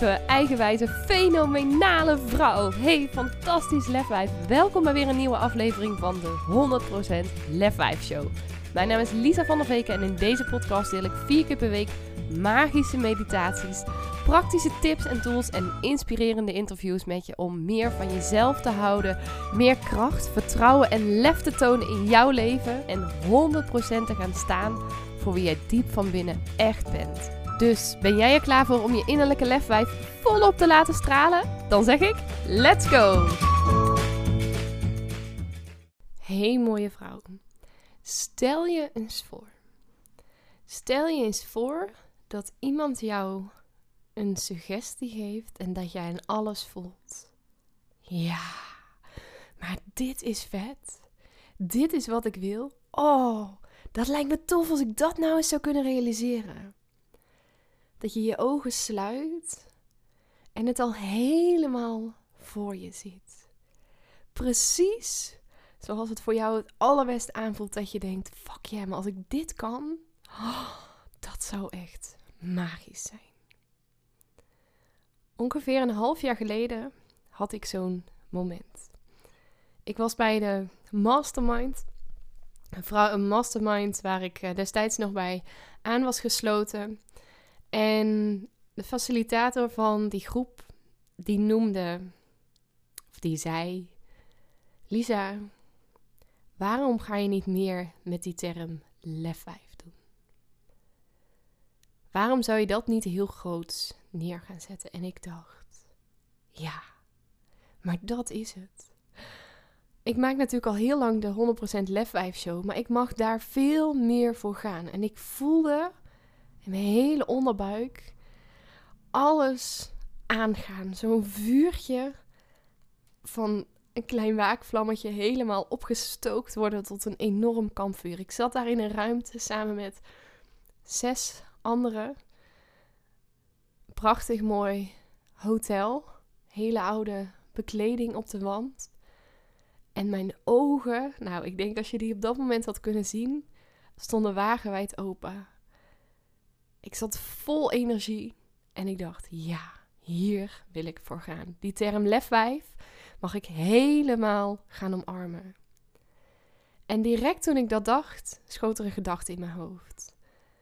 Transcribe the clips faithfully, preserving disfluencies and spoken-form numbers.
positieve, eigenwijze, fenomenale vrouw. Hey, fantastisch lefwijf. Welkom bij weer een nieuwe aflevering van de honderd procent Lefwijf Show. Mijn naam is Lisa van der Veken en in deze podcast deel ik vier keer per week magische meditaties, praktische tips en tools en inspirerende interviews met je om meer van jezelf te houden, meer kracht, vertrouwen en lef te tonen in jouw leven en honderd procent te gaan staan voor wie jij diep van binnen echt bent. Dus ben jij er klaar voor om je innerlijke lefwijf volop te laten stralen? Dan zeg ik, let's go! Hey mooie vrouw, stel je eens voor. Stel je eens voor dat iemand jou een suggestie geeft en dat jij in alles voelt. Ja, maar dit is vet. Dit is wat ik wil. Oh, dat lijkt me tof als ik dat nou eens zou kunnen realiseren. Dat je je ogen sluit en het al helemaal voor je ziet. Precies zoals het voor jou het allerbest aanvoelt dat je denkt, fuck ja, yeah, maar als ik dit kan, oh, dat zou echt magisch zijn. Ongeveer een half jaar geleden had ik zo'n moment. Ik was bij de mastermind, een, vrouw, een mastermind waar ik destijds nog bij aan was gesloten. En de facilitator van die groep, die noemde, of die zei, Lisa, waarom ga je niet meer met die term lefwijf doen? Waarom zou je dat niet heel groots neer gaan zetten? En ik dacht, ja, maar dat is het. Ik maak natuurlijk al heel lang de honderd procent Lefwijf Show, maar ik mag daar veel meer voor gaan. En ik voelde in mijn hele onderbuik alles aangaan. Zo'n vuurtje van een klein waakvlammetje helemaal opgestookt worden tot een enorm kampvuur. Ik zat daar in een ruimte samen met zes anderen. Prachtig mooi hotel. Hele oude bekleding op de wand. En mijn ogen, nou ik denk als je die op dat moment had kunnen zien, stonden wagenwijd open. Ik zat vol energie en ik dacht, ja, hier wil ik voor gaan. Die term lefwijf mag ik helemaal gaan omarmen. En direct toen ik dat dacht, schoot er een gedachte in mijn hoofd.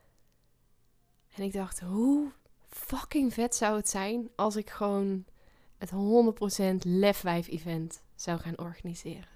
En ik dacht, hoe fucking vet zou het zijn als ik gewoon het honderd procent lefwijf event zou gaan organiseren.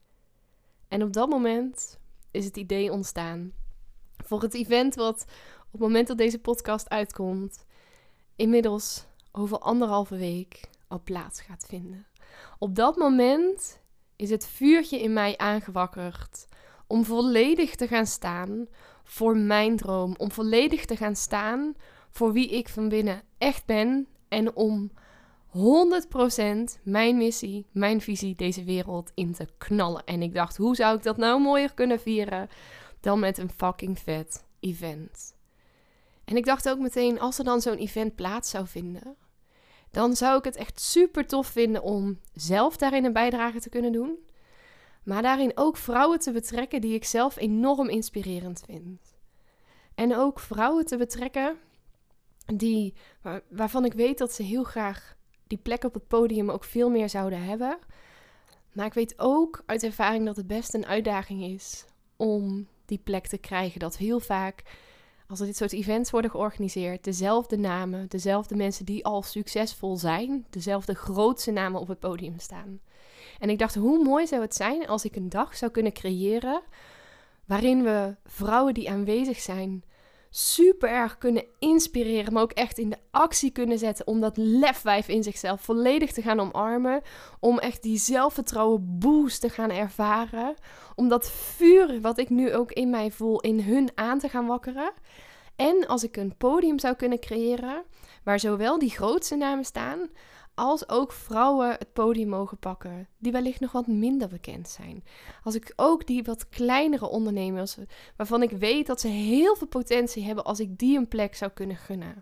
En op dat moment is het idee ontstaan voor het event wat op het moment dat deze podcast uitkomt, inmiddels over anderhalve week al plaats gaat vinden. Op dat moment is het vuurtje in mij aangewakkerd om volledig te gaan staan voor mijn droom. Om volledig te gaan staan voor wie ik van binnen echt ben. En om honderd procent mijn missie, mijn visie deze wereld in te knallen. En ik dacht, hoe zou ik dat nou mooier kunnen vieren dan met een fucking vet event. En ik dacht ook meteen, als er dan zo'n event plaats zou vinden, dan zou ik het echt super tof vinden om zelf daarin een bijdrage te kunnen doen. Maar daarin ook vrouwen te betrekken die ik zelf enorm inspirerend vind. En ook vrouwen te betrekken die, waar, waarvan ik weet dat ze heel graag die plek op het podium ook veel meer zouden hebben. Maar ik weet ook uit ervaring dat het best een uitdaging is om die plek te krijgen. Dat heel vaak, als er dit soort events worden georganiseerd, dezelfde namen, dezelfde mensen die al succesvol zijn, dezelfde grootste namen op het podium staan. En ik dacht, hoe mooi zou het zijn als ik een dag zou kunnen creëren waarin we vrouwen die aanwezig zijn super erg kunnen inspireren, maar ook echt in de actie kunnen zetten om dat lefwijf in zichzelf volledig te gaan omarmen, om echt die zelfvertrouwen boost te gaan ervaren, om dat vuur wat ik nu ook in mij voel in hun aan te gaan wakkeren. En als ik een podium zou kunnen creëren waar zowel die grootste namen staan als ook vrouwen het podium mogen pakken die wellicht nog wat minder bekend zijn. Als ik ook die wat kleinere ondernemers, waarvan ik weet dat ze heel veel potentie hebben, als ik die een plek zou kunnen gunnen.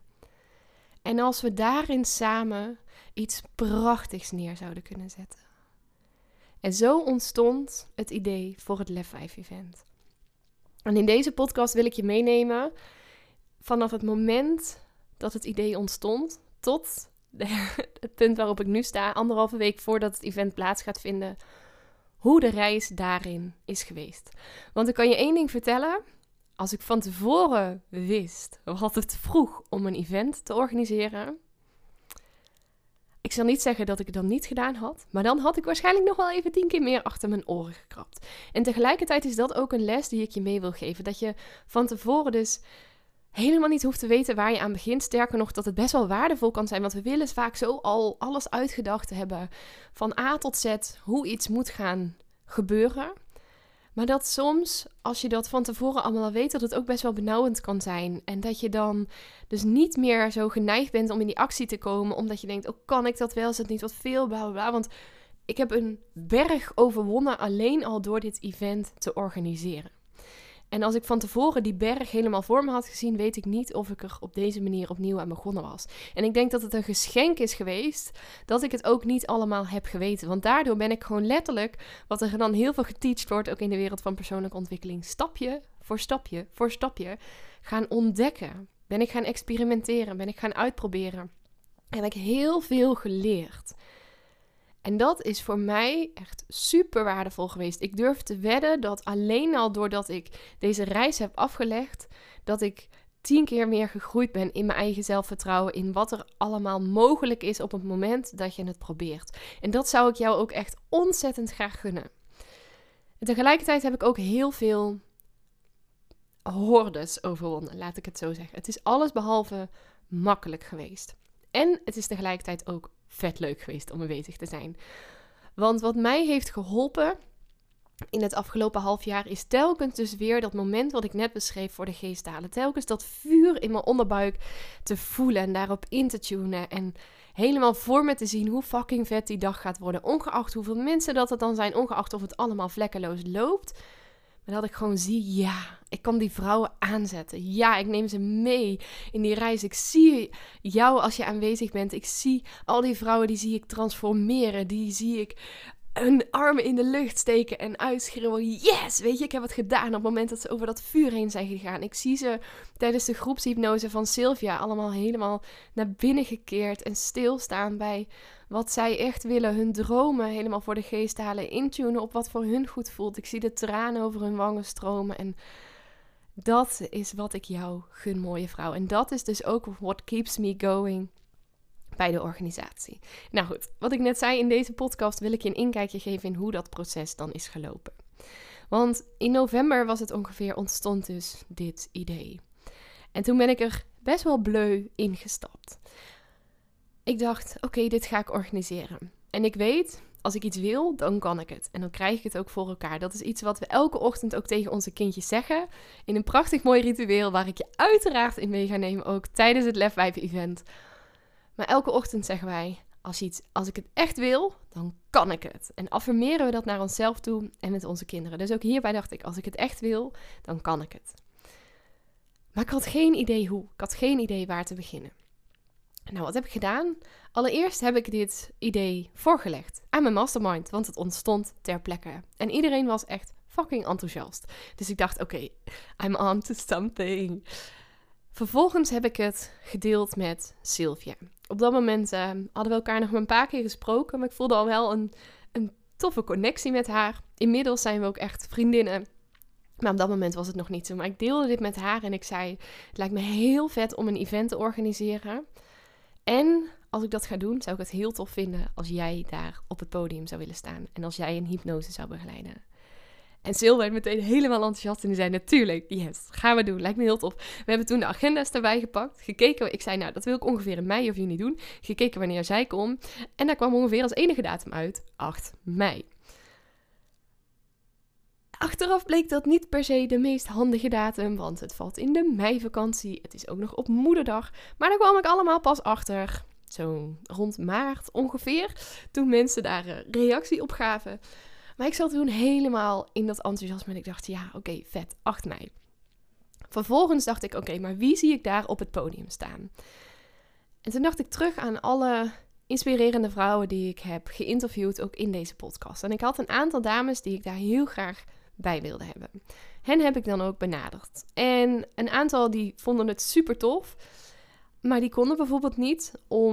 En als we daarin samen iets prachtigs neer zouden kunnen zetten. En zo ontstond het idee voor het Lefwijf Event. En in deze podcast wil ik je meenemen vanaf het moment dat het idee ontstond tot het punt waarop ik nu sta, anderhalve week voordat het event plaats gaat vinden, hoe de reis daarin is geweest. Want ik kan je één ding vertellen. Als ik van tevoren wist wat het vroeg om een event te organiseren, ik zal niet zeggen dat ik het dan niet gedaan had, maar dan had ik waarschijnlijk nog wel even tien keer meer achter mijn oren gekrapt. En tegelijkertijd is dat ook een les die ik je mee wil geven. Dat je van tevoren dus helemaal niet hoeft te weten waar je aan begint. Sterker nog, dat het best wel waardevol kan zijn. Want we willen vaak zo al alles uitgedacht hebben. Van A tot Z, hoe iets moet gaan gebeuren. Maar dat soms, als je dat van tevoren allemaal al weet, dat het ook best wel benauwend kan zijn. En dat je dan dus niet meer zo geneigd bent om in die actie te komen. Omdat je denkt, oh, kan ik dat wel? Is het niet wat veel? Bla, bla, bla. Want ik heb een berg overwonnen alleen al door dit event te organiseren. En als ik van tevoren die berg helemaal voor me had gezien, weet ik niet of ik er op deze manier opnieuw aan begonnen was. En ik denk dat het een geschenk is geweest dat ik het ook niet allemaal heb geweten. Want daardoor ben ik gewoon letterlijk, wat er dan heel veel geteacht wordt, ook in de wereld van persoonlijke ontwikkeling, stapje voor stapje voor stapje gaan ontdekken. Ben ik gaan experimenteren, ben ik gaan uitproberen. En heb ik heel veel geleerd. En dat is voor mij echt super waardevol geweest. Ik durf te wedden dat alleen al doordat ik deze reis heb afgelegd, dat ik tien keer meer gegroeid ben in mijn eigen zelfvertrouwen, in wat er allemaal mogelijk is op het moment dat je het probeert. En dat zou ik jou ook echt ontzettend graag gunnen. En tegelijkertijd heb ik ook heel veel hordes overwonnen, laat ik het zo zeggen. Het is alles behalve makkelijk geweest. En het is tegelijkertijd ook vet leuk geweest om mee bezig te zijn. Want wat mij heeft geholpen in het afgelopen half jaar is telkens dus weer dat moment wat ik net beschreef voor de geest halen. Telkens dat vuur in mijn onderbuik te voelen en daarop in te tunen. En helemaal voor me te zien hoe fucking vet die dag gaat worden. Ongeacht hoeveel mensen dat het dan zijn. Ongeacht of het allemaal vlekkeloos loopt. Maar dat ik gewoon zie, ja, ik kan die vrouwen aanzetten. Ja, ik neem ze mee in die reis. Ik zie jou als je aanwezig bent. Ik zie al die vrouwen, die zie ik transformeren. Die zie ik hun armen in de lucht steken en uitschreeuwen. Yes, weet je, ik heb het gedaan op het moment dat ze over dat vuur heen zijn gegaan. Ik zie ze tijdens de groepshypnose van Sylvia allemaal helemaal naar binnen gekeerd en stilstaan bij wat zij echt willen. Hun dromen helemaal voor de geest halen, intunen op wat voor hun goed voelt. Ik zie de tranen over hun wangen stromen en dat is wat ik jou gun, mooie vrouw. En dat is dus ook what keeps me going bij de organisatie. Nou goed, wat ik net zei in deze podcast wil ik je een inkijkje geven in hoe dat proces dan is gelopen. Want in november was het ongeveer, ontstond dus dit idee. En toen ben ik er best wel bleu ingestapt. Ik dacht, oké, okay, dit ga ik organiseren. En ik weet, als ik iets wil, dan kan ik het. En dan krijg ik het ook voor elkaar. Dat is iets wat we elke ochtend ook tegen onze kindjes zeggen. In een prachtig mooi ritueel waar ik je uiteraard in mee ga nemen, ook tijdens het Lef Wijven event. Maar elke ochtend zeggen wij, als, iets, als ik het echt wil, dan kan ik het. En affirmeren we dat naar onszelf toe en met onze kinderen. Dus ook hierbij dacht ik, als ik het echt wil, dan kan ik het. Maar ik had geen idee hoe. Ik had geen idee waar te beginnen. Nou, wat heb ik gedaan? Allereerst heb ik dit idee voorgelegd aan mijn mastermind, want het ontstond ter plekke. En iedereen was echt fucking enthousiast. Dus ik dacht, oké, okay, I'm on to something. Vervolgens heb ik het gedeeld met Sylvia. Op dat moment uh, hadden we elkaar nog maar een paar keer gesproken, maar ik voelde al wel een, een toffe connectie met haar. Inmiddels zijn we ook echt vriendinnen. Maar op dat moment was het nog niet zo. Maar ik deelde dit met haar en ik zei, het lijkt me heel vet om een event te organiseren. En als ik dat ga doen, zou ik het heel tof vinden als jij daar op het podium zou willen staan. En als jij een hypnose zou begeleiden. En Sil werd meteen helemaal enthousiast en die zei, natuurlijk, yes, gaan we doen, lijkt me heel tof. We hebben toen de agenda's erbij gepakt, gekeken, ik zei, nou, dat wil ik ongeveer in mei of juni doen. Gekeken wanneer zij kon en daar kwam ongeveer als enige datum uit, acht mei. Achteraf bleek dat niet per se de meest handige datum, want het valt in de meivakantie. Het is ook nog op moederdag, maar daar kwam ik allemaal pas achter, zo rond maart ongeveer, toen mensen daar uh, reactie op gaven. Maar ik zat toen helemaal in dat enthousiasme en ik dacht, ja, oké, okay, vet, acht mei. Vervolgens dacht ik, oké, okay, maar wie zie ik daar op het podium staan? En toen dacht ik terug aan alle inspirerende vrouwen die ik heb geïnterviewd, ook in deze podcast. En ik had een aantal dames die ik daar heel graag bij wilde hebben. Hen heb ik dan ook benaderd. En een aantal die vonden het super tof, maar die konden bijvoorbeeld niet om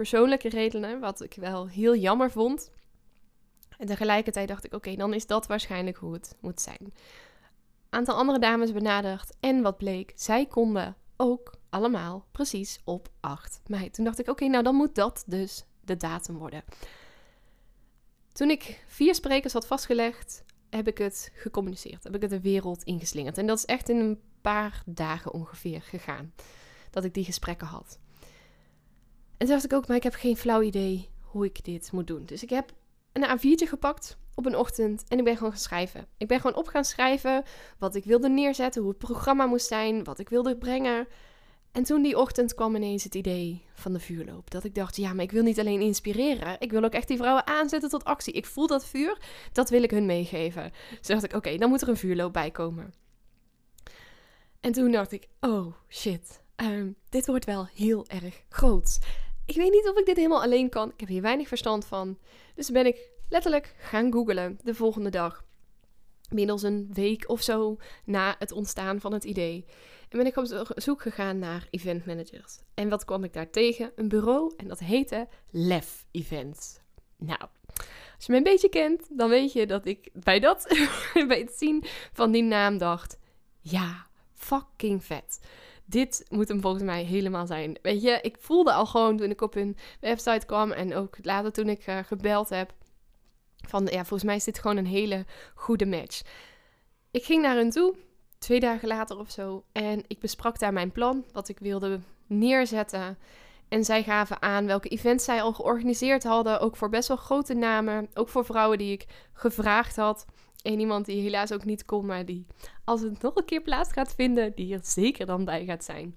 persoonlijke redenen, wat ik wel heel jammer vond. En tegelijkertijd dacht ik, oké, okay, dan is dat waarschijnlijk hoe het moet zijn. Aantal andere dames benaderd en wat bleek, zij konden ook allemaal precies op acht mei. Toen dacht ik, oké, okay, nou dan moet dat dus de datum worden. Toen ik vier sprekers had vastgelegd, heb ik het gecommuniceerd. Heb ik het de wereld ingeslingerd. En dat is echt in een paar dagen ongeveer gegaan. Dat ik die gesprekken had. En toen dacht ik ook, maar ik heb geen flauw idee hoe ik dit moet doen. Dus ik heb een A viertje gepakt op een ochtend en ik ben gewoon gaan schrijven. Ik ben gewoon op gaan schrijven wat ik wilde neerzetten, hoe het programma moest zijn, wat ik wilde brengen. En toen die ochtend kwam ineens het idee van de vuurloop. Dat ik dacht, ja, maar ik wil niet alleen inspireren. Ik wil ook echt die vrouwen aanzetten tot actie. Ik voel dat vuur, dat wil ik hun meegeven. Dus dacht ik, oké, okay, dan moet er een vuurloop bij komen. En toen dacht ik, oh shit, um, dit wordt wel heel erg groot. Ik weet niet of ik dit helemaal alleen kan. Ik heb hier weinig verstand van. Dus ben ik letterlijk gaan googlen de volgende dag. Middels een week of zo na het ontstaan van het idee. En ben ik op zoek gegaan naar event managers. En wat kwam ik daar tegen? Een bureau en dat heette Lef Events. Nou, als je me een beetje kent, dan weet je dat ik bij dat, bij het zien van die naam dacht, ja, fucking vet. Dit moet hem volgens mij helemaal zijn. Weet je, ik voelde al gewoon toen ik op hun website kwam en ook later toen ik uh, gebeld heb, van ja, volgens mij is dit gewoon een hele goede match. Ik ging naar hen toe, twee dagen later of zo, en ik besprak daar mijn plan, wat ik wilde neerzetten. En zij gaven aan welke events zij al georganiseerd hadden, ook voor best wel grote namen, ook voor vrouwen die ik gevraagd had. En iemand die helaas ook niet kon, maar die, als het nog een keer plaats gaat vinden, die er zeker dan bij gaat zijn.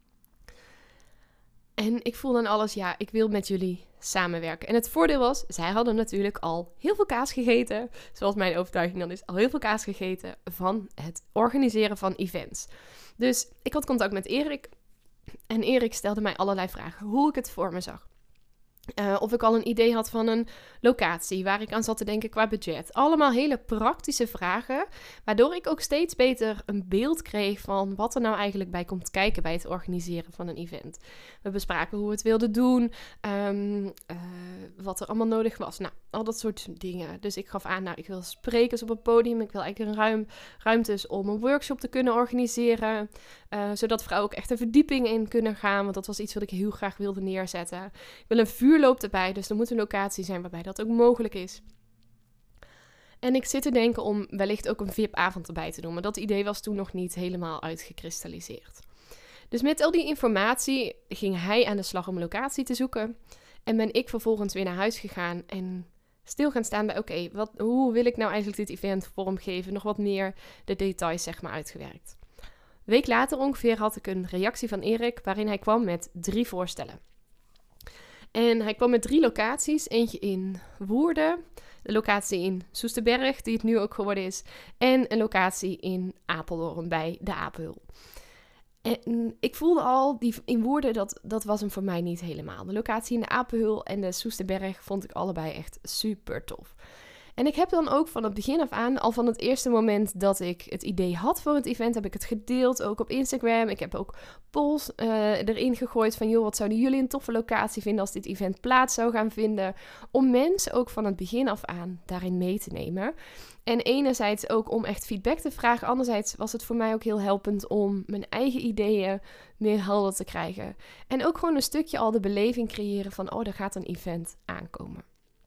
En ik voelde aan alles, ja, ik wil met jullie samenwerken. En het voordeel was, zij hadden natuurlijk al heel veel kaas gegeten, zoals mijn overtuiging dan is, al heel veel kaas gegeten van het organiseren van events. Dus ik had contact met Erik en Erik stelde mij allerlei vragen, hoe ik het voor me zag. Uh, of ik al een idee had van een locatie waar ik aan zat te denken qua budget. Allemaal hele praktische vragen, waardoor ik ook steeds beter een beeld kreeg van wat er nou eigenlijk bij komt kijken bij het organiseren van een event. We bespraken hoe we het wilden doen, um, uh, wat er allemaal nodig was. Nou, al dat soort dingen. Dus ik gaf aan, nou, ik wil sprekers op het podium. Ik wil eigenlijk een ruim, ruimtes om een workshop te kunnen organiseren. Uh, zodat vrouwen ook echt een verdieping in kunnen gaan. Want dat was iets wat ik heel graag wilde neerzetten. Ik wil een vuurloop erbij, dus er moet een locatie zijn waarbij dat ook mogelijk is. En ik zit te denken om wellicht ook een V I P-avond erbij te doen. Maar dat idee was toen nog niet helemaal uitgekristalliseerd. Dus met al die informatie ging hij aan de slag om een locatie te zoeken. En ben ik vervolgens weer naar huis gegaan en stil gaan staan bij, oké, okay, hoe wil ik nou eigenlijk dit event vormgeven? Nog wat meer de details, zeg maar, uitgewerkt. Een week later ongeveer had ik een reactie van Erik waarin hij kwam met drie voorstellen. En hij kwam met drie locaties. Eentje in Woerden, de locatie in Soesterberg, die het nu ook geworden is, en een locatie in Apeldoorn bij de Apel. En ik voelde al, die in Woerden, dat, dat was hem voor mij niet helemaal. De locatie in de Apelhul en de Soesterberg vond ik allebei echt super tof. En ik heb dan ook van het begin af aan, al van het eerste moment dat ik het idee had voor het event, heb ik het gedeeld, ook op Instagram. Ik heb ook polls uh, erin gegooid van, joh, wat zouden jullie een toffe locatie vinden als dit event plaats zou gaan vinden? Om mensen ook van het begin af aan daarin mee te nemen. En enerzijds ook om echt feedback te vragen. Anderzijds was het voor mij ook heel helpend om mijn eigen ideeën meer helder te krijgen. En ook gewoon een stukje al de beleving creëren van, oh, er gaat een event aankomen.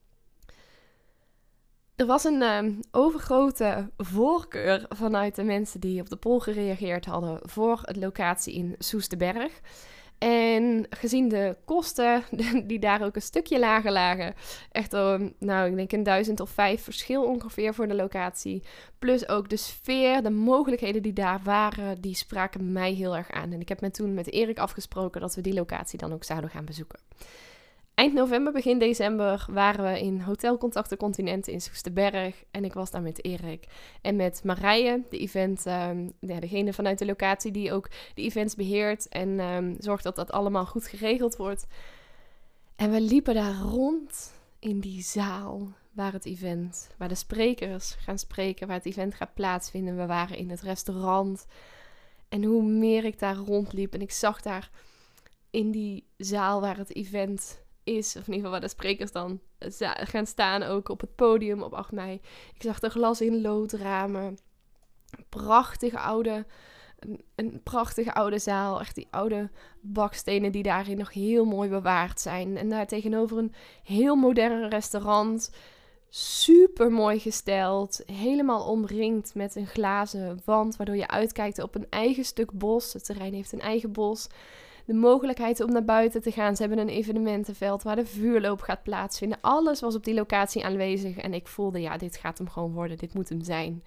Er was een um, overgrote voorkeur vanuit de mensen die op de poll gereageerd hadden voor het locatie in Soesterberg. En gezien de kosten, die daar ook een stukje lager lagen, echt, um, nou, ik denk een duizend of vijf verschil ongeveer voor de locatie. Plus ook de sfeer, de mogelijkheden die daar waren, die spraken mij heel erg aan. En ik heb met toen met Erik afgesproken dat we die locatie dan ook zouden gaan bezoeken. Eind november, begin december waren we in Hotel Contacten Continenten in Soesterberg. En ik was daar met Erik en met Marije, de event, um, ja, degene vanuit de locatie die ook de events beheert. En um, zorgt dat dat allemaal goed geregeld wordt. En we liepen daar rond in die zaal waar het event, waar de sprekers gaan spreken, waar het event gaat plaatsvinden. We waren in het restaurant. En hoe meer ik daar rondliep en ik zag daar in die zaal waar het event is, of in ieder geval waar de sprekers dan gaan staan, ook op het podium op acht mei. Ik zag de glas in loodramen, prachtige oude, een, een prachtige oude zaal, echt die oude bakstenen die daarin nog heel mooi bewaard zijn. En daar tegenover een heel modern restaurant, super mooi gesteld, helemaal omringd met een glazen wand, waardoor je uitkijkt op een eigen stuk bos. Het terrein heeft een eigen bos. De mogelijkheid om naar buiten te gaan. Ze hebben een evenementenveld waar de vuurloop gaat plaatsvinden. Alles was op die locatie aanwezig. En ik voelde, ja, dit gaat hem gewoon worden. Dit moet hem zijn.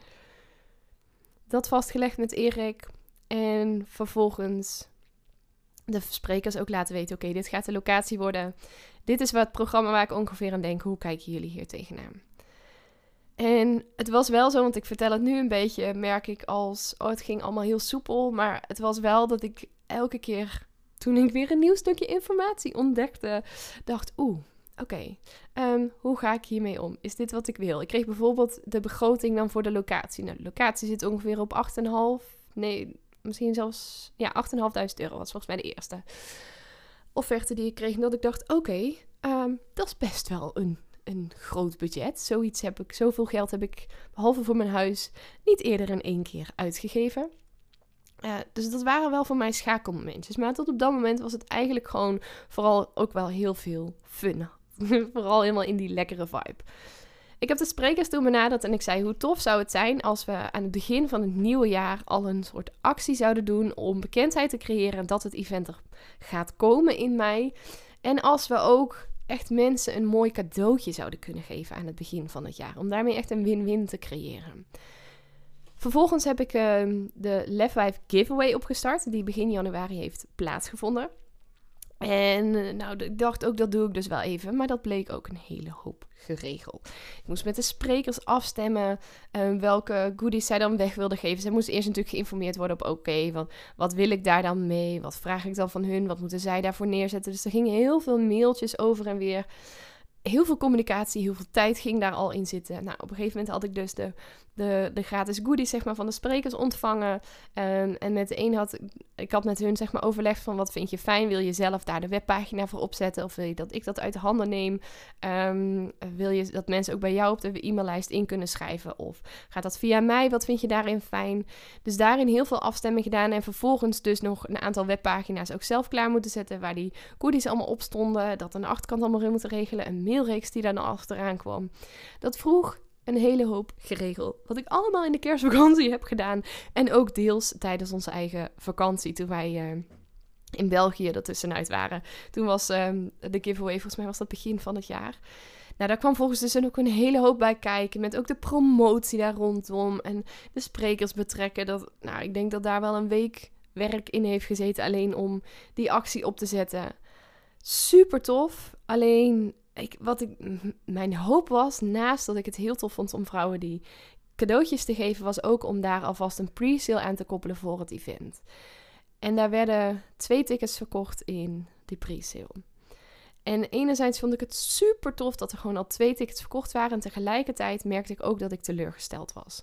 Dat vastgelegd met Erik. En vervolgens de sprekers ook laten weten. Oké, okay, dit gaat de locatie worden. Dit is wat het programma waar ik ongeveer aan denk. Hoe kijken jullie hier tegenaan? En het was wel zo, want ik vertel het nu een beetje, merk ik als, oh, het ging allemaal heel soepel. Maar het was wel dat ik elke keer, toen ik weer een nieuw stukje informatie ontdekte, dacht, oeh, oké, okay, um, hoe ga ik hiermee om? Is dit wat ik wil? Ik kreeg bijvoorbeeld de begroting dan voor de locatie. Nou, de locatie zit ongeveer op acht komma vijf, nee, misschien zelfs, ja, acht komma vijfduizend euro was volgens mij de eerste offerte die ik kreeg. En dat ik dacht, oké, okay, um, dat is best wel een, een groot budget. Zoiets heb ik, zoveel geld heb ik, behalve voor mijn huis, niet eerder in één keer uitgegeven. Uh, dus dat waren wel voor mij schakelmomentjes. Maar tot op dat moment was het eigenlijk gewoon vooral ook wel heel veel fun. Vooral helemaal in die lekkere vibe. Ik heb de sprekers toen benaderd en ik zei, hoe tof zou het zijn als we aan het begin van het nieuwe jaar al een soort actie zouden doen om bekendheid te creëren dat het event er gaat komen in mei. En als we ook echt mensen een mooi cadeautje zouden kunnen geven aan het begin van het jaar. Om daarmee echt een win-win te creëren. Vervolgens heb ik uh, de Lefwijf giveaway opgestart, die begin januari heeft plaatsgevonden. En uh, nou, ik dacht ook, dat doe ik dus wel even, maar dat bleek ook een hele hoop geregeld. Ik moest met de sprekers afstemmen uh, welke goodies zij dan weg wilden geven. Zij moesten eerst natuurlijk geïnformeerd worden op, oké, okay, wat, wat wil ik daar dan mee? Wat vraag ik dan van hun? Wat moeten zij daarvoor neerzetten? Dus er gingen heel veel mailtjes over en weer. Heel veel communicatie, heel veel tijd ging daar al in zitten. Nou, op een gegeven moment had ik dus de, de, de gratis goodies, zeg maar, van de sprekers ontvangen. Um, en met de een had ik had met hun, zeg maar, overlegd van wat vind je fijn? Wil je zelf daar de webpagina voor opzetten? Of wil je dat ik dat uit de handen neem? Um, wil je dat mensen ook bij jou op de e-maillijst in kunnen schrijven? Of gaat dat via mij? Wat vind je daarin fijn? Dus daarin heel veel afstemming gedaan. En vervolgens dus nog een aantal webpagina's ook zelf klaar moeten zetten. Waar die goodies allemaal op stonden. Dat aan de achterkant allemaal in moeten regelen. Een mailreeks die daar nog achteraan kwam. Dat vroeg een hele hoop geregeld. Wat ik allemaal in de kerstvakantie heb gedaan. En ook deels tijdens onze eigen vakantie. Toen wij uh, in België ertussenuit waren. Toen was uh, de giveaway, volgens mij was dat begin van het jaar. Nou, daar kwam volgens dus ook een hele hoop bij kijken. Met ook de promotie daar rondom. En de sprekers betrekken. Dat, nou, ik denk dat daar wel een week werk in heeft gezeten. Alleen om die actie op te zetten. Super tof. Alleen, ik, wat ik, mijn hoop was, naast dat ik het heel tof vond om vrouwen die cadeautjes te geven, was ook om daar alvast een pre-sale aan te koppelen voor het event. En daar werden twee tickets verkocht in die pre-sale. En enerzijds vond ik het super tof dat er gewoon al twee tickets verkocht waren. En tegelijkertijd merkte ik ook dat ik teleurgesteld was.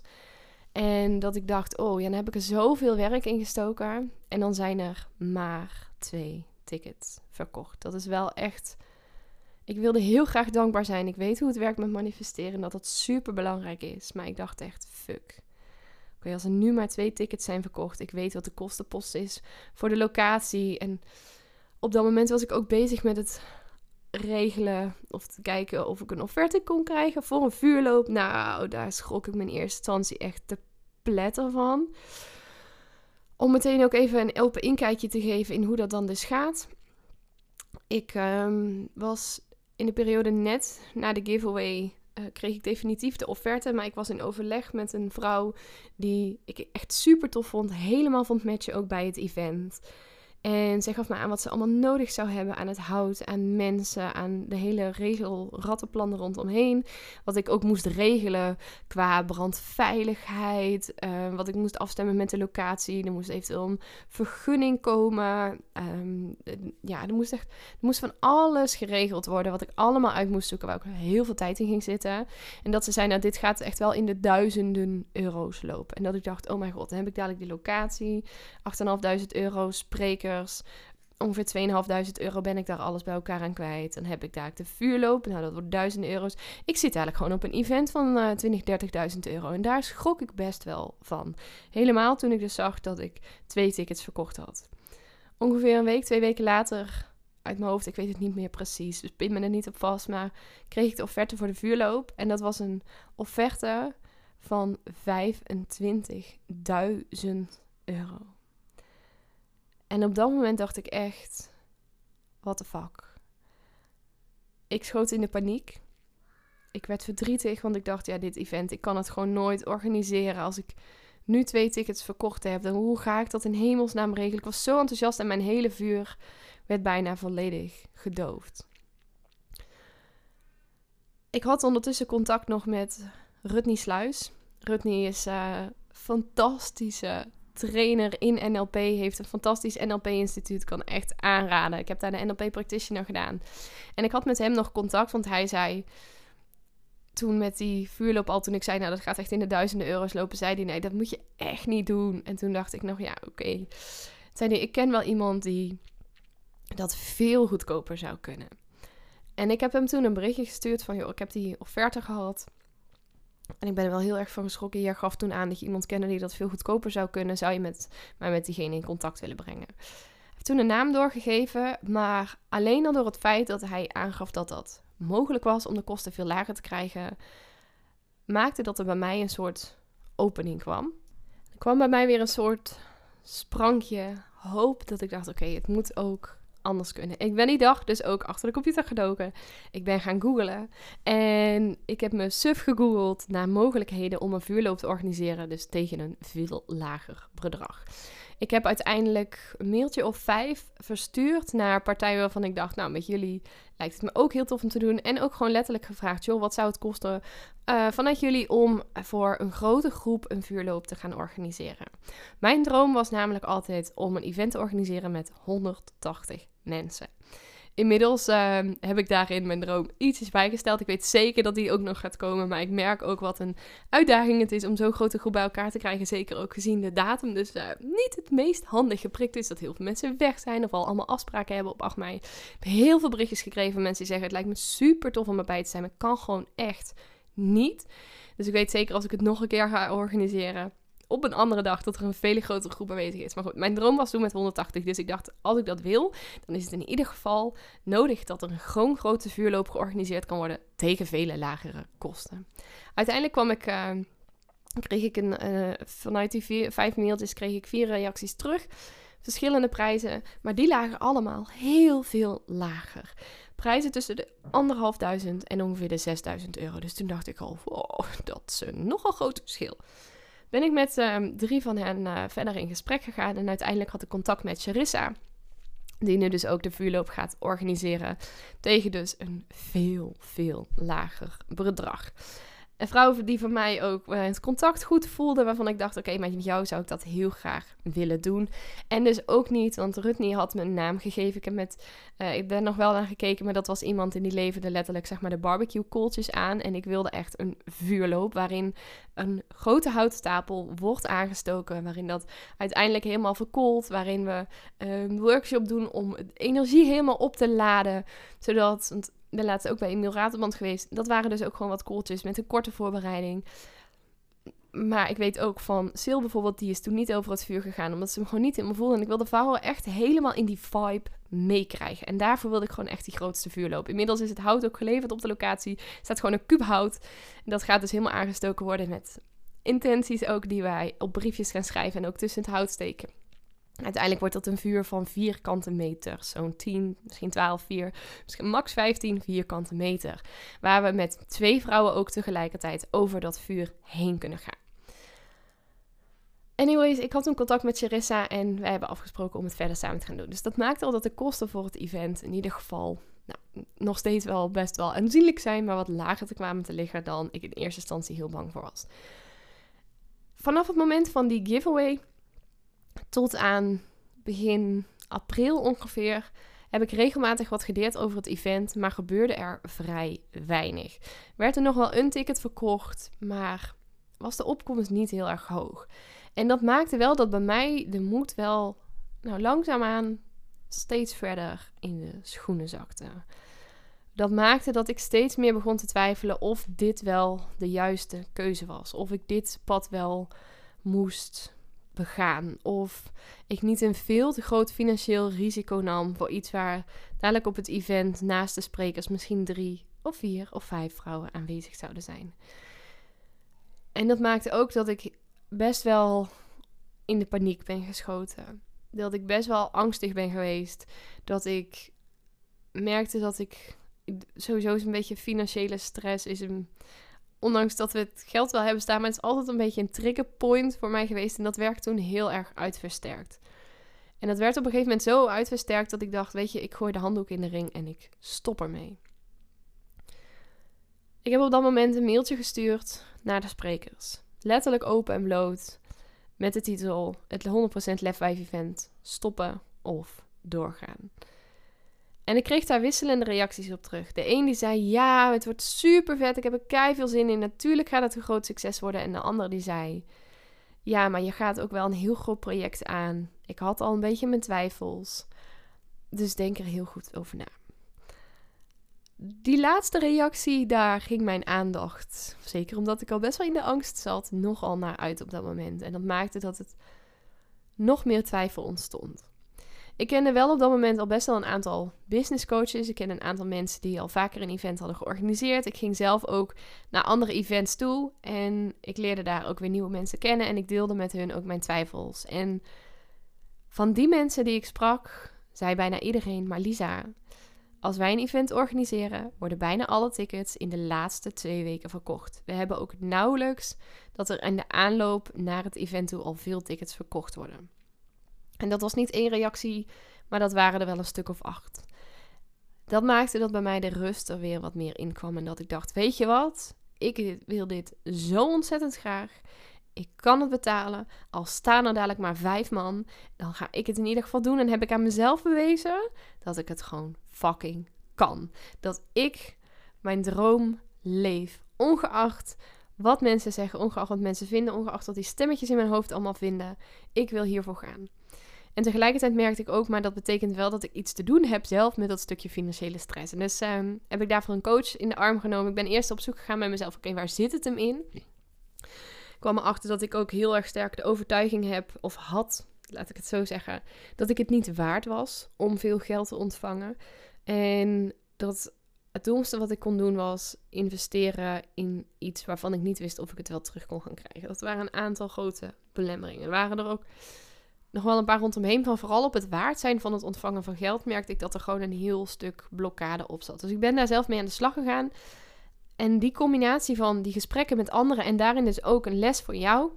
En dat ik dacht, oh ja, dan heb ik er zoveel werk in gestoken. En dan zijn er maar twee tickets verkocht. Dat is wel echt... Ik wilde heel graag dankbaar zijn. Ik weet hoe het werkt met manifesteren. Dat dat super belangrijk is. Maar ik dacht echt, fuck. Oké, okay, als er nu maar twee tickets zijn verkocht. Ik weet wat de kostenpost is voor de locatie. En op dat moment was ik ook bezig met het regelen. Of te kijken of ik een offerte kon krijgen voor een vuurloop. Nou, daar schrok ik me in eerste instantie echt te pletter van. Om meteen ook even een open inkijkje te geven in hoe dat dan dus gaat. Ik um, was in de periode net na de giveaway, uh, kreeg ik definitief de offerte. Maar ik was in overleg met een vrouw die ik echt super tof vond. Helemaal vond matchen ook bij het event. En zij gaf me aan wat ze allemaal nodig zou hebben aan het hout, aan mensen, aan de hele regel, rattenplannen rondomheen. Wat ik ook moest regelen qua brandveiligheid, uh, wat ik moest afstemmen met de locatie. Er moest eventueel een vergunning komen. Um, ja, er moest echt, er moest van alles geregeld worden, wat ik allemaal uit moest zoeken, waar ook heel veel tijd in ging zitten. En dat ze zei, nou, dit gaat echt wel in de duizenden euro's lopen. En dat ik dacht, oh mijn god, dan heb ik dadelijk die locatie, acht en een half duizend euro, sprekers, ongeveer tweeduizend euro ben ik daar alles bij elkaar aan kwijt. Dan heb ik daar de vuurloop. Nou, dat wordt duizenden euro's. Ik zit eigenlijk gewoon op een event van uh, twintig, dertigduizend euro. En daar schrok ik best wel van. Helemaal toen ik dus zag dat ik twee tickets verkocht had. Ongeveer een week, twee weken later, uit mijn hoofd, ik weet het niet meer precies. Dus pin me er niet op vast. Maar kreeg ik de offerte voor de vuurloop. En dat was een offerte van vijfentwintigduizend euro. En op dat moment dacht ik echt, what the fuck. Ik schoot in de paniek. Ik werd verdrietig, want ik dacht, ja, dit event, ik kan het gewoon nooit organiseren. Als ik nu twee tickets verkocht heb, dan hoe ga ik dat in hemelsnaam regelen? Ik was zo enthousiast en mijn hele vuur werd bijna volledig gedoofd. Ik had ondertussen contact nog met Rutney Sluis. Rutney is een uh, fantastische trainer in N L P, heeft een fantastisch N L P-instituut, kan echt aanraden. Ik heb daar de N L P-practitioner gedaan. En ik had met hem nog contact, want hij zei toen met die vuurloop al, toen ik zei, nou, dat gaat echt in de duizenden euro's lopen, zei hij, nee, dat moet je echt niet doen. En toen dacht ik nog, ja, oké. Okay. Zei hij, ik ken wel iemand die dat veel goedkoper zou kunnen. En ik heb hem toen een berichtje gestuurd van, joh, ik heb die offerte gehad. En ik ben er wel heel erg van geschrokken. Jij gaf toen aan dat je iemand kende die dat veel goedkoper zou kunnen. Zou je met, mij met diegene in contact willen brengen? Ik heb toen een naam doorgegeven, maar alleen al door het feit dat hij aangaf dat dat mogelijk was om de kosten veel lager te krijgen, maakte dat er bij mij een soort opening kwam. Er kwam bij mij weer een soort sprankje hoop dat ik dacht, oké, okay, het moet ook anders kunnen. Ik ben die dag dus ook achter de computer gedoken. Ik ben gaan googlen. En ik heb me suf gegoogeld naar mogelijkheden om een vuurloop te organiseren. Dus tegen een veel lager bedrag. Ik heb uiteindelijk een mailtje of vijf verstuurd naar partijen waarvan ik dacht, nou, met jullie lijkt het me ook heel tof om te doen. En ook gewoon letterlijk gevraagd, joh, wat zou het kosten uh, vanuit jullie om voor een grote groep een vuurloop te gaan organiseren? Mijn droom was namelijk altijd om een event te organiseren met honderdtachtig mensen. Inmiddels uh, heb ik daarin mijn droom ietsjes bijgesteld. Ik weet zeker dat die ook nog gaat komen. Maar ik merk ook wat een uitdaging het is om zo'n grote groep bij elkaar te krijgen. Zeker ook gezien de datum. Dus uh, niet het meest handig geprikt is dat heel veel mensen weg zijn. Of al allemaal afspraken hebben op acht mei. Ik heb heel veel berichtjes gekregen van mensen die zeggen, het lijkt me super tof om erbij te zijn. Maar ik kan gewoon echt niet. Dus ik weet zeker als ik het nog een keer ga organiseren op een andere dag, dat er een veel grotere groep aanwezig is. Maar goed, mijn droom was toen met honderdtachtig. Dus ik dacht, als ik dat wil, dan is het in ieder geval nodig dat er een gewoon grote vuurloop georganiseerd kan worden tegen vele lagere kosten. Uiteindelijk kwam ik, uh, kreeg ik een, uh, vanuit die vier, vijf mailtjes kreeg ik vier reacties terug. Verschillende prijzen, maar die lagen allemaal heel veel lager. Prijzen tussen de anderhalfduizend en ongeveer de zesduizend euro. Dus toen dacht ik al, wow, dat is een nogal groot verschil. Ben ik met uh, drie van hen uh, verder in gesprek gegaan. En uiteindelijk had ik contact met Charissa, die nu dus ook de vuurloop gaat organiseren. Tegen dus een veel, veel lager bedrag. Een vrouw die van mij ook uh, het contact goed voelde, waarvan ik dacht, oké, okay, met jou zou ik dat heel graag willen doen. En dus ook niet, want Rutney had me een naam gegeven. Ik, heb met, uh, ik ben nog wel naar gekeken, maar dat was iemand in die leverde letterlijk zeg maar de barbecue kooltjes aan. En ik wilde echt een vuurloop waarin een grote houtstapel wordt aangestoken, waarin dat uiteindelijk helemaal verkoolt, waarin we uh, een workshop doen om energie helemaal op te laden, zodat... Want ik ben laatst ook bij Emiel Raterband geweest. Dat waren dus ook gewoon wat kooltjes met een korte voorbereiding. Maar ik weet ook van Sil bijvoorbeeld, die is toen niet over het vuur gegaan, omdat ze hem gewoon niet helemaal voelde. En ik wilde vrouwen echt helemaal in die vibe meekrijgen. En daarvoor wilde ik gewoon echt die grootste vuurloop. Inmiddels is het hout ook geleverd op de locatie. Er staat gewoon een kuub hout. En dat gaat dus helemaal aangestoken worden met intenties ook die wij op briefjes gaan schrijven en ook tussen het hout steken. Uiteindelijk wordt dat een vuur van vierkante meter. Zo'n tien, misschien twaalf, vier, misschien max vijftien vierkante meter. Waar we met twee vrouwen ook tegelijkertijd over dat vuur heen kunnen gaan. Anyways, ik had toen contact met Charissa en wij hebben afgesproken om het verder samen te gaan doen. Dus dat maakte al dat de kosten voor het event in ieder geval nou, nog steeds wel best wel aanzienlijk zijn, maar wat lager te kwamen te liggen dan ik in eerste instantie heel bang voor was. Vanaf het moment van die giveaway tot aan begin april ongeveer heb ik regelmatig wat gedeeld over het event, maar gebeurde er vrij weinig. Werd er nog wel een ticket verkocht, maar was de opkomst niet heel erg hoog. En dat maakte wel dat bij mij de moed wel nou, langzaamaan steeds verder in de schoenen zakte. Dat maakte dat ik steeds meer begon te twijfelen of dit wel de juiste keuze was. Of ik dit pad wel moest begaan. Of ik niet een veel te groot financieel risico nam voor iets waar dadelijk op het event naast de sprekers misschien drie of vier of vijf vrouwen aanwezig zouden zijn. En dat maakte ook dat ik best wel in de paniek ben geschoten. Dat ik best wel angstig ben geweest. Dat ik merkte dat ik sowieso is een beetje financiële stress is een, ondanks dat we het geld wel hebben staan, maar het is altijd een beetje een triggerpoint voor mij geweest. En dat werd toen heel erg uitversterkt. En dat werd op een gegeven moment zo uitversterkt dat ik dacht, weet je, ik gooi de handdoek in de ring en ik stop ermee. Ik heb op dat moment een mailtje gestuurd naar de sprekers. Letterlijk open en bloot. Met de titel, het honderd procent Lef vijf event, stoppen of doorgaan. En ik kreeg daar wisselende reacties op terug. De een die zei, ja, het wordt super vet, ik heb er kei veel zin in. Natuurlijk gaat het een groot succes worden. En de ander die zei, ja, maar je gaat ook wel een heel groot project aan. Ik had al een beetje mijn twijfels. Dus denk er heel goed over na. Die laatste reactie, daar ging mijn aandacht, zeker omdat ik al best wel in de angst zat, nogal naar uit op dat moment. En dat maakte dat het nog meer twijfel ontstond. Ik kende wel op dat moment al best wel een aantal business coaches. Ik ken een aantal mensen die al vaker een event hadden georganiseerd. Ik ging zelf ook naar andere events toe. En ik leerde daar ook weer nieuwe mensen kennen. En ik deelde met hun ook mijn twijfels. En van die mensen die ik sprak, zei bijna iedereen, maar Lisa, als wij een event organiseren, worden bijna alle tickets in de laatste twee weken verkocht. We hebben ook nauwelijks dat er in de aanloop naar het event toe al veel tickets verkocht worden. En dat was niet één reactie, maar dat waren er wel een stuk of acht. Dat maakte dat bij mij de rust er weer wat meer in kwam. En dat ik dacht, weet je wat? Ik wil dit zo ontzettend graag. Ik kan het betalen. Al staan er dadelijk maar vijf man, dan ga ik het in ieder geval doen. En heb ik aan mezelf bewezen dat ik het gewoon fucking kan. Dat ik mijn droom leef. Ongeacht wat mensen zeggen, ongeacht wat mensen vinden, ongeacht wat die stemmetjes in mijn hoofd allemaal vinden. Ik wil hiervoor gaan. En tegelijkertijd merkte ik ook, maar dat betekent wel dat ik iets te doen heb zelf met dat stukje financiële stress. En dus um, heb ik daarvoor een coach in de arm genomen. Ik ben eerst op zoek gegaan met mezelf. Oké, okay, waar zit het hem in? Ik kwam erachter dat ik ook heel erg sterk de overtuiging heb, of had, laat ik het zo zeggen, dat ik het niet waard was om veel geld te ontvangen. En dat het domste wat ik kon doen was investeren in iets waarvan ik niet wist of ik het wel terug kon gaan krijgen. Dat waren een aantal grote belemmeringen. Er waren er ook nog wel een paar rondomheen van, vooral op het waard zijn van het ontvangen van geld, merkte ik dat er gewoon een heel stuk blokkade op zat. Dus ik ben daar zelf mee aan de slag gegaan. En die combinatie van die gesprekken met anderen en daarin dus ook een les voor jou.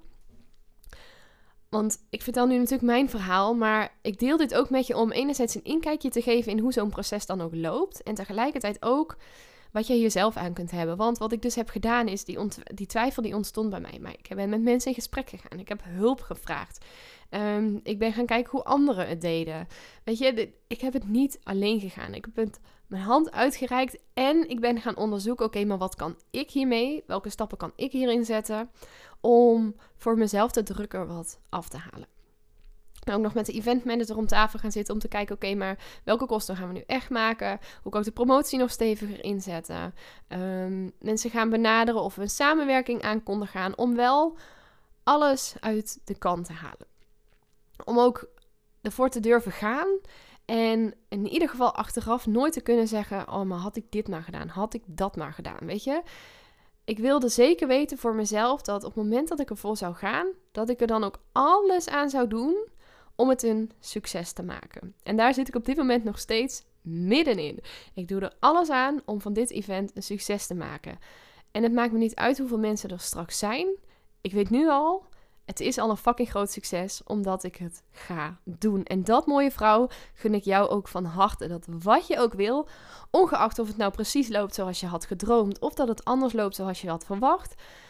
Want ik vertel nu natuurlijk mijn verhaal, maar ik deel dit ook met je om enerzijds een inkijkje te geven in hoe zo'n proces dan ook loopt. En tegelijkertijd ook wat je hier zelf aan kunt hebben. Want wat ik dus heb gedaan is, die, ont- die twijfel die ontstond bij mij. Maar ik ben met mensen in gesprek gegaan. Ik heb hulp gevraagd. Um, ik ben gaan kijken hoe anderen het deden. Weet je, dit, ik heb het niet alleen gegaan. Ik heb het, mijn hand uitgereikt en ik ben gaan onderzoeken, oké, okay, maar wat kan ik hiermee? Welke stappen kan ik hierin zetten om voor mezelf de druk er wat af te halen? En ook nog met de eventmanager om tafel gaan zitten om te kijken, oké, okay, maar welke kosten gaan we nu echt maken? Hoe kan ik de promotie nog steviger inzetten? Um, mensen gaan benaderen of we een samenwerking aan gaan om wel alles uit de kant te halen. Om ook ervoor te durven gaan en in ieder geval achteraf nooit te kunnen zeggen, oh, maar had ik dit maar gedaan? Had ik dat maar gedaan? Weet je? Ik wilde zeker weten voor mezelf dat op het moment dat ik ervoor zou gaan, dat ik er dan ook alles aan zou doen om het een succes te maken. En daar zit ik op dit moment nog steeds middenin. Ik doe er alles aan om van dit event een succes te maken. En het maakt me niet uit hoeveel mensen er straks zijn. Ik weet nu al, het is al een fucking groot succes, omdat ik het ga doen. En dat, mooie vrouw, gun ik jou ook van harte. Dat wat je ook wil, ongeacht of het nou precies loopt zoals je had gedroomd, of dat het anders loopt zoals je had verwacht,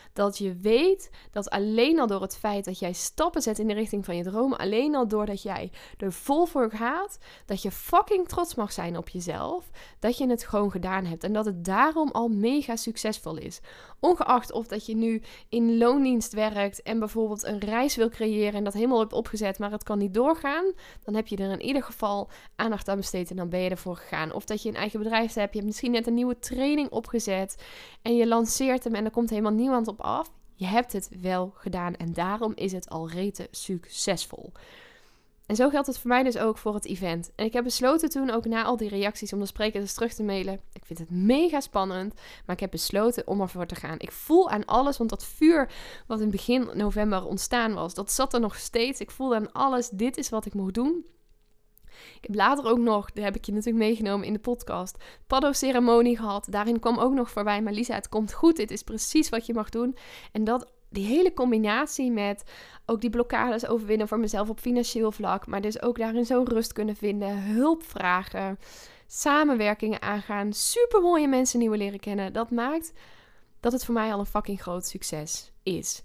Dat je weet dat alleen al door het feit dat jij stappen zet in de richting van je dromen, alleen al doordat jij er vol voor gaat, dat je fucking trots mag zijn op jezelf, dat je het gewoon gedaan hebt. En dat het daarom al mega succesvol is. Ongeacht of dat je nu in loondienst werkt en bijvoorbeeld een reis wil creëren en dat helemaal hebt opgezet, maar het kan niet doorgaan, dan heb je er in ieder geval aandacht aan besteed en dan ben je ervoor gegaan. Of dat je een eigen bedrijf hebt, je hebt misschien net een nieuwe training opgezet en je lanceert hem en er komt helemaal niemand op af. Je hebt het wel gedaan en daarom is het al rete succesvol. En zo geldt het voor mij dus ook voor het event. En ik heb besloten toen ook na al die reacties om de sprekers terug te mailen. Ik vind het mega spannend, maar ik heb besloten om ervoor te gaan. Ik voel aan alles, want dat vuur wat in begin november ontstaan was, dat zat er nog steeds. Ik voelde aan alles, dit is wat ik mocht doen. Ik heb later ook nog, daar heb ik je natuurlijk meegenomen in de podcast, paddo-ceremonie gehad. Daarin kwam ook nog voorbij, maar Lisa, het komt goed. Dit is precies wat je mag doen. En dat, die hele combinatie met ook die blokkades overwinnen voor mezelf op financieel vlak, maar dus ook daarin zo rust kunnen vinden, hulp vragen, samenwerkingen aangaan, supermooie mensen nieuwe leren kennen. Dat maakt dat het voor mij al een fucking groot succes is.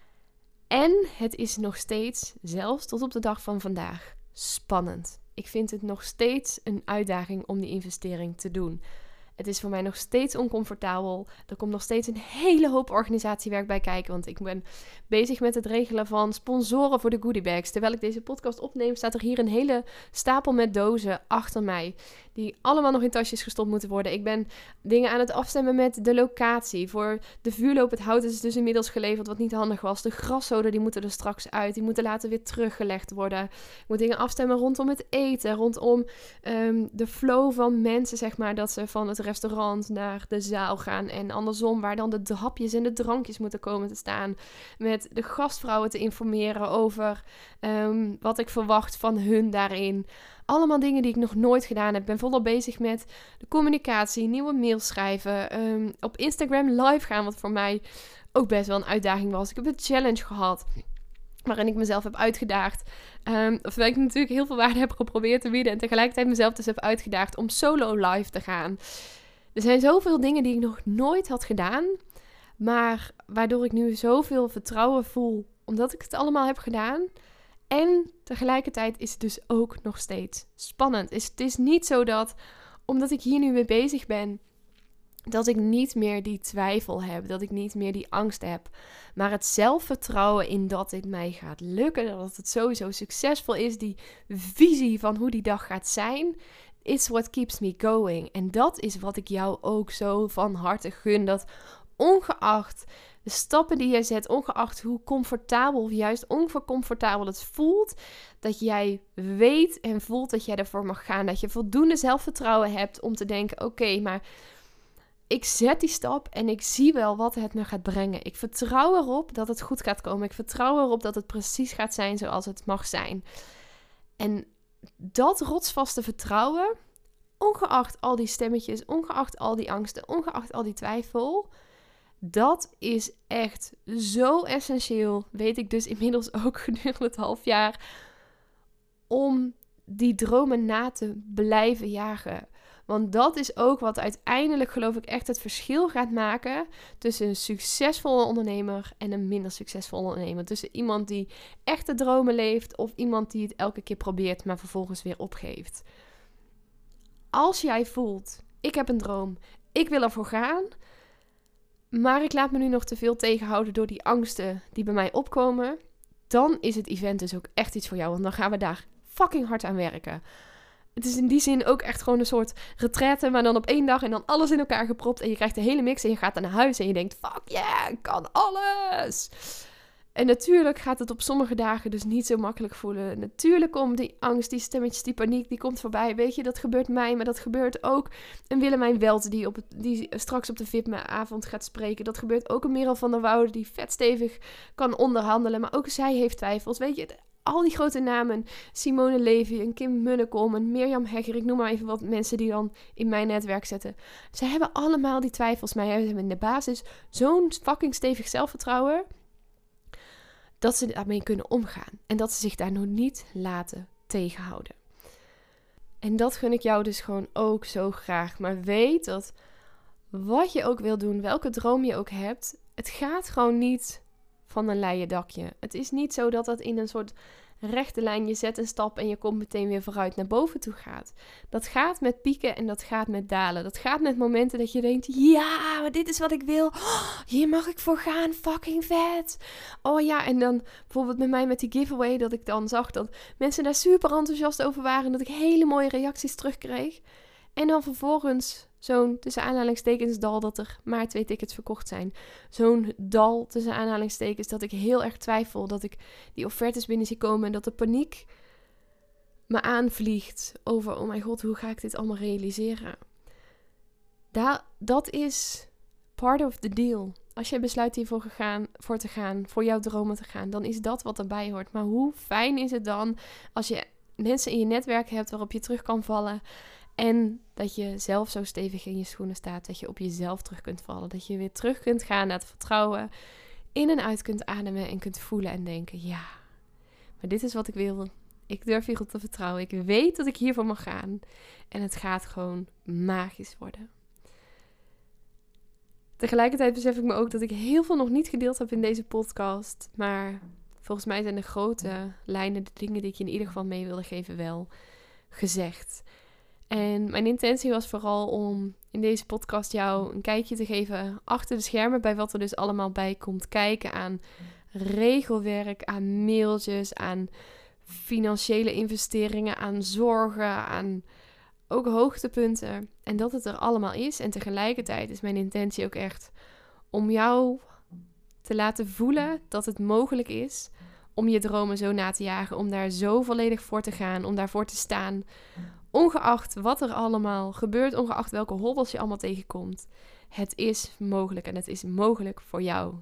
En het is nog steeds, zelfs tot op de dag van vandaag, spannend. Ik vind het nog steeds een uitdaging om die investering te doen. Het is voor mij nog steeds oncomfortabel. Er komt nog steeds een hele hoop organisatiewerk bij kijken. Want ik ben bezig met het regelen van sponsoren voor de goodiebags. Terwijl ik deze podcast opneem, staat er hier een hele stapel met dozen achter mij. Die allemaal nog in tasjes gestopt moeten worden. Ik ben dingen aan het afstemmen met de locatie. Voor de vuurloop, het hout is dus inmiddels geleverd, wat niet handig was. De graszoden, die moeten er straks uit. Die moeten later weer teruggelegd worden. Ik moet dingen afstemmen rondom het eten. Rondom um, de flow van mensen, zeg maar. Dat ze van het restaurant naar de zaal gaan. En andersom, waar dan de hapjes en de drankjes moeten komen te staan. Met de gastvrouwen te informeren over um, wat ik verwacht van hun daarin. Allemaal dingen die ik nog nooit gedaan heb. Ik ben volop bezig met de communicatie, nieuwe mails schrijven. Um, op Instagram live gaan, wat voor mij ook best wel een uitdaging was. Ik heb een challenge gehad waarin ik mezelf heb uitgedaagd. Um, of dat ik natuurlijk heel veel waarde heb geprobeerd te bieden. En tegelijkertijd mezelf dus heb uitgedaagd om solo live te gaan. Er zijn zoveel dingen die ik nog nooit had gedaan. Maar waardoor ik nu zoveel vertrouwen voel. Omdat ik het allemaal heb gedaan. En tegelijkertijd is het dus ook nog steeds spannend. Het is niet zo dat, omdat ik hier nu mee bezig ben, dat ik niet meer die twijfel heb. Dat ik niet meer die angst heb. Maar het zelfvertrouwen in dat dit mij gaat lukken. Dat het sowieso succesvol is. Die visie van hoe die dag gaat zijn. Is what keeps me going. En dat is wat ik jou ook zo van harte gun. Dat ongeacht de stappen die jij zet, ongeacht hoe comfortabel of juist oncomfortabel het voelt, dat jij weet en voelt dat jij ervoor mag gaan. Dat je voldoende zelfvertrouwen hebt om te denken, oké, okay, maar ik zet die stap en ik zie wel wat het me gaat brengen. Ik vertrouw erop dat het goed gaat komen. Ik vertrouw erop dat het precies gaat zijn zoals het mag zijn. En dat rotsvaste vertrouwen, ongeacht al die stemmetjes, ongeacht al die angsten, ongeacht al die twijfel, dat is echt zo essentieel, weet ik dus inmiddels ook gedurende het half jaar, om die dromen na te blijven jagen. Want dat is ook wat uiteindelijk, geloof ik, echt het verschil gaat maken tussen een succesvolle ondernemer en een minder succesvolle ondernemer. Tussen iemand die echte dromen leeft of iemand die het elke keer probeert, maar vervolgens weer opgeeft. Als jij voelt, ik heb een droom, ik wil ervoor gaan, maar ik laat me nu nog te veel tegenhouden door die angsten die bij mij opkomen, dan is het event dus ook echt iets voor jou. Want dan gaan we daar fucking hard aan werken. Het is in die zin ook echt gewoon een soort retraite, maar dan op één dag en dan alles in elkaar gepropt. En je krijgt de hele mix en je gaat dan naar huis en je denkt, fuck yeah, ik kan alles. En natuurlijk gaat het op sommige dagen dus niet zo makkelijk voelen. Natuurlijk komt die angst, die stemmetjes, die paniek, die komt voorbij. Weet je, dat gebeurt mij, maar dat gebeurt ook een Willemijn Welt die, op het, die straks op de V I P-avond gaat spreken. Dat gebeurt ook een Merel van der Woude die vet stevig kan onderhandelen. Maar ook zij heeft twijfels. Weet je, al die grote namen, Simone Levy, een Kim Munnekom, een Mirjam Hegger, ik noem maar even wat mensen die dan in mijn netwerk zitten. Ze hebben allemaal die twijfels, maar hebben in de basis zo'n fucking stevig zelfvertrouwen dat ze daarmee kunnen omgaan. En dat ze zich daar nog niet laten tegenhouden. En dat gun ik jou dus gewoon ook zo graag. Maar weet dat wat je ook wil doen, welke droom je ook hebt, Het gaat gewoon niet van een leien dakje. Het is niet zo dat dat in een soort rechte lijn, je zet een stap en je komt meteen weer vooruit naar boven toe gaat. Dat gaat met pieken en dat gaat met dalen. Dat gaat met momenten dat je denkt, ja, maar dit is wat ik wil. Oh, hier mag ik voor gaan, fucking vet. Oh ja, en dan bijvoorbeeld met mij met die giveaway, dat ik dan zag dat mensen daar super enthousiast over waren en dat ik hele mooie reacties terugkreeg. En dan vervolgens zo'n, tussen aanhalingstekens, dal dat er maar twee tickets verkocht zijn. Zo'n dal, tussen aanhalingstekens, dat ik heel erg twijfel. Dat ik die offertes binnen zie komen en dat de paniek me aanvliegt over, oh mijn god, hoe ga ik dit allemaal realiseren? Da- dat is part of the deal. Als je besluit hiervoor gegaan, voor te gaan, voor jouw dromen te gaan, dan is dat wat erbij hoort. Maar hoe fijn is het dan als je mensen in je netwerk hebt waarop je terug kan vallen en dat je zelf zo stevig in je schoenen staat, dat je op jezelf terug kunt vallen. Dat je weer terug kunt gaan naar het vertrouwen, in en uit kunt ademen en kunt voelen en denken, ja, maar dit is wat ik wil. Ik durf hierop te vertrouwen. Ik weet dat ik hiervoor mag gaan. En het gaat gewoon magisch worden. Tegelijkertijd besef ik me ook dat ik heel veel nog niet gedeeld heb in deze podcast. Maar volgens mij zijn de grote lijnen, de dingen die ik je in ieder geval mee wilde geven, wel gezegd. En mijn intentie was vooral om in deze podcast jou een kijkje te geven achter de schermen bij wat er dus allemaal bij komt kijken aan regelwerk, aan mailtjes, aan financiële investeringen, aan zorgen, aan ook hoogtepunten. En dat het er allemaal is. En tegelijkertijd is mijn intentie ook echt om jou te laten voelen dat het mogelijk is om je dromen zo na te jagen, om daar zo volledig voor te gaan, om daarvoor te staan. Ongeacht wat er allemaal gebeurt, ongeacht welke hobbels je allemaal tegenkomt. Het is mogelijk en het is mogelijk voor jou.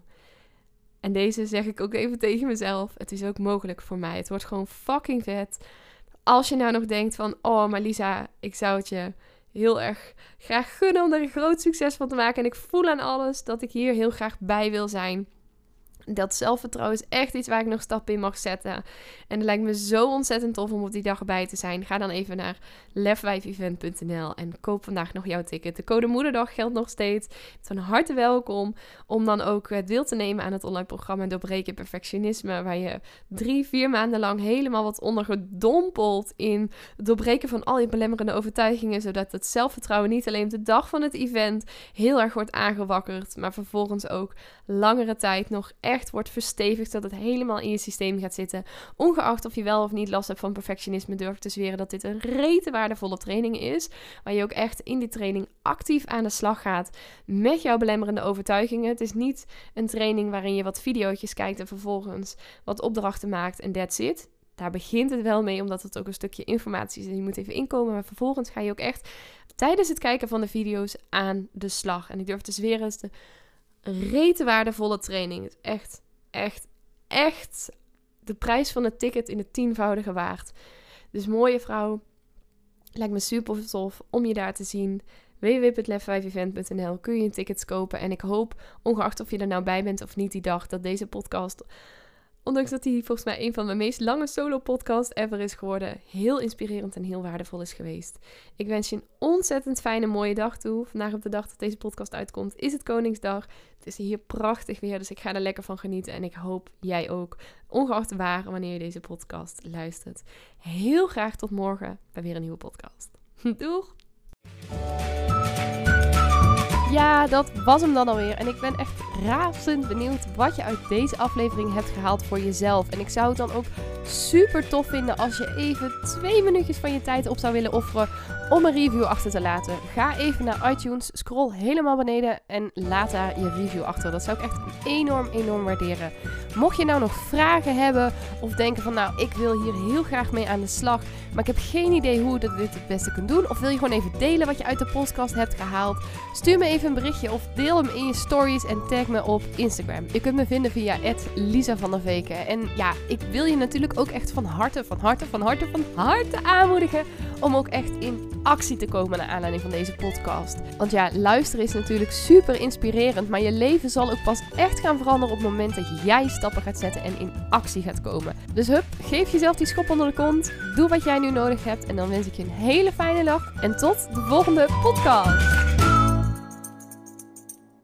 En deze zeg ik ook even tegen mezelf. Het is ook mogelijk voor mij. Het wordt gewoon fucking vet. Als je nou nog denkt van, oh maar Lisa, ik zou het je heel erg graag gunnen om er een groot succes van te maken. En ik voel aan alles dat ik hier heel graag bij wil zijn. Dat zelfvertrouwen is echt iets waar ik nog stappen in mag zetten. En het lijkt me zo ontzettend tof om op die dag erbij te zijn. Ga dan even naar lef vijf event punt n l en koop vandaag nog jouw ticket. De code Moederdag geldt nog steeds. Je bent van harte welkom om dan ook deel te nemen aan het online programma Doorbreken Perfectionisme. Waar je drie, vier maanden lang helemaal wat ondergedompeld in het doorbreken van al je belemmerende overtuigingen. Zodat het zelfvertrouwen niet alleen op de dag van het event heel erg wordt aangewakkerd. Maar vervolgens ook langere tijd nog echt wordt verstevigd, dat het helemaal in je systeem gaat zitten. Ongeacht of je wel of niet last hebt van perfectionisme, durf ik te zweren dat dit een rete waardevolle training is, waar je ook echt in die training actief aan de slag gaat met jouw belemmerende overtuigingen. Het is niet een training waarin je wat videootjes kijkt en vervolgens wat opdrachten maakt en that's it. Daar begint het wel mee, omdat het ook een stukje informatie is en je moet even inkomen. Maar vervolgens ga je ook echt tijdens het kijken van de video's aan de slag. En ik durf te zweren, het is de rete waardevolle training. Het is echt, echt, echt de prijs van het ticket in het tienvoudige waard. Dus mooie vrouw, lijkt me super tof om je daar te zien. w w w punt lef vijf event punt n l kun je je tickets kopen. En ik hoop, ongeacht of je er nou bij bent of niet die dag, dat deze podcast, ondanks dat die volgens mij een van mijn meest lange solo-podcasts ever is geworden, heel inspirerend en heel waardevol is geweest. Ik wens je een ontzettend fijne, mooie dag toe. Vandaag op de dag dat deze podcast uitkomt is het Koningsdag. Het is hier prachtig weer, dus ik ga er lekker van genieten. En ik hoop jij ook, ongeacht waar, wanneer je deze podcast luistert. Heel graag tot morgen bij weer een nieuwe podcast. Doeg! Ja, dat was hem dan alweer. En ik ben echt razend benieuwd wat je uit deze aflevering hebt gehaald voor jezelf. En ik zou het dan ook super tof vinden als je even twee minuutjes van je tijd op zou willen offeren om een review achter te laten. Ga even naar iTunes, scroll helemaal beneden en laat daar je review achter. Dat zou ik echt enorm, enorm waarderen. Mocht je nou nog vragen hebben of denken van nou, ik wil hier heel graag mee aan de slag, maar ik heb geen idee hoe je dit het beste kunt doen. Of wil je gewoon even delen wat je uit de podcast hebt gehaald? Stuur me even een berichtje of deel hem in je stories en tag me op Instagram. Je kunt me vinden via at lisa van der veken. En ja, ik wil je natuurlijk ook echt van harte, van harte, van harte, van harte aanmoedigen om ook echt in actie te komen naar aanleiding van deze podcast. Want ja, luisteren is natuurlijk super inspirerend, maar je leven zal ook pas echt gaan veranderen op het moment dat jij stappen gaat zetten en in actie gaat komen. Dus hup, geef jezelf die schop onder de kont, doe wat jij nu nodig hebt en dan wens ik je een hele fijne dag en tot de volgende podcast.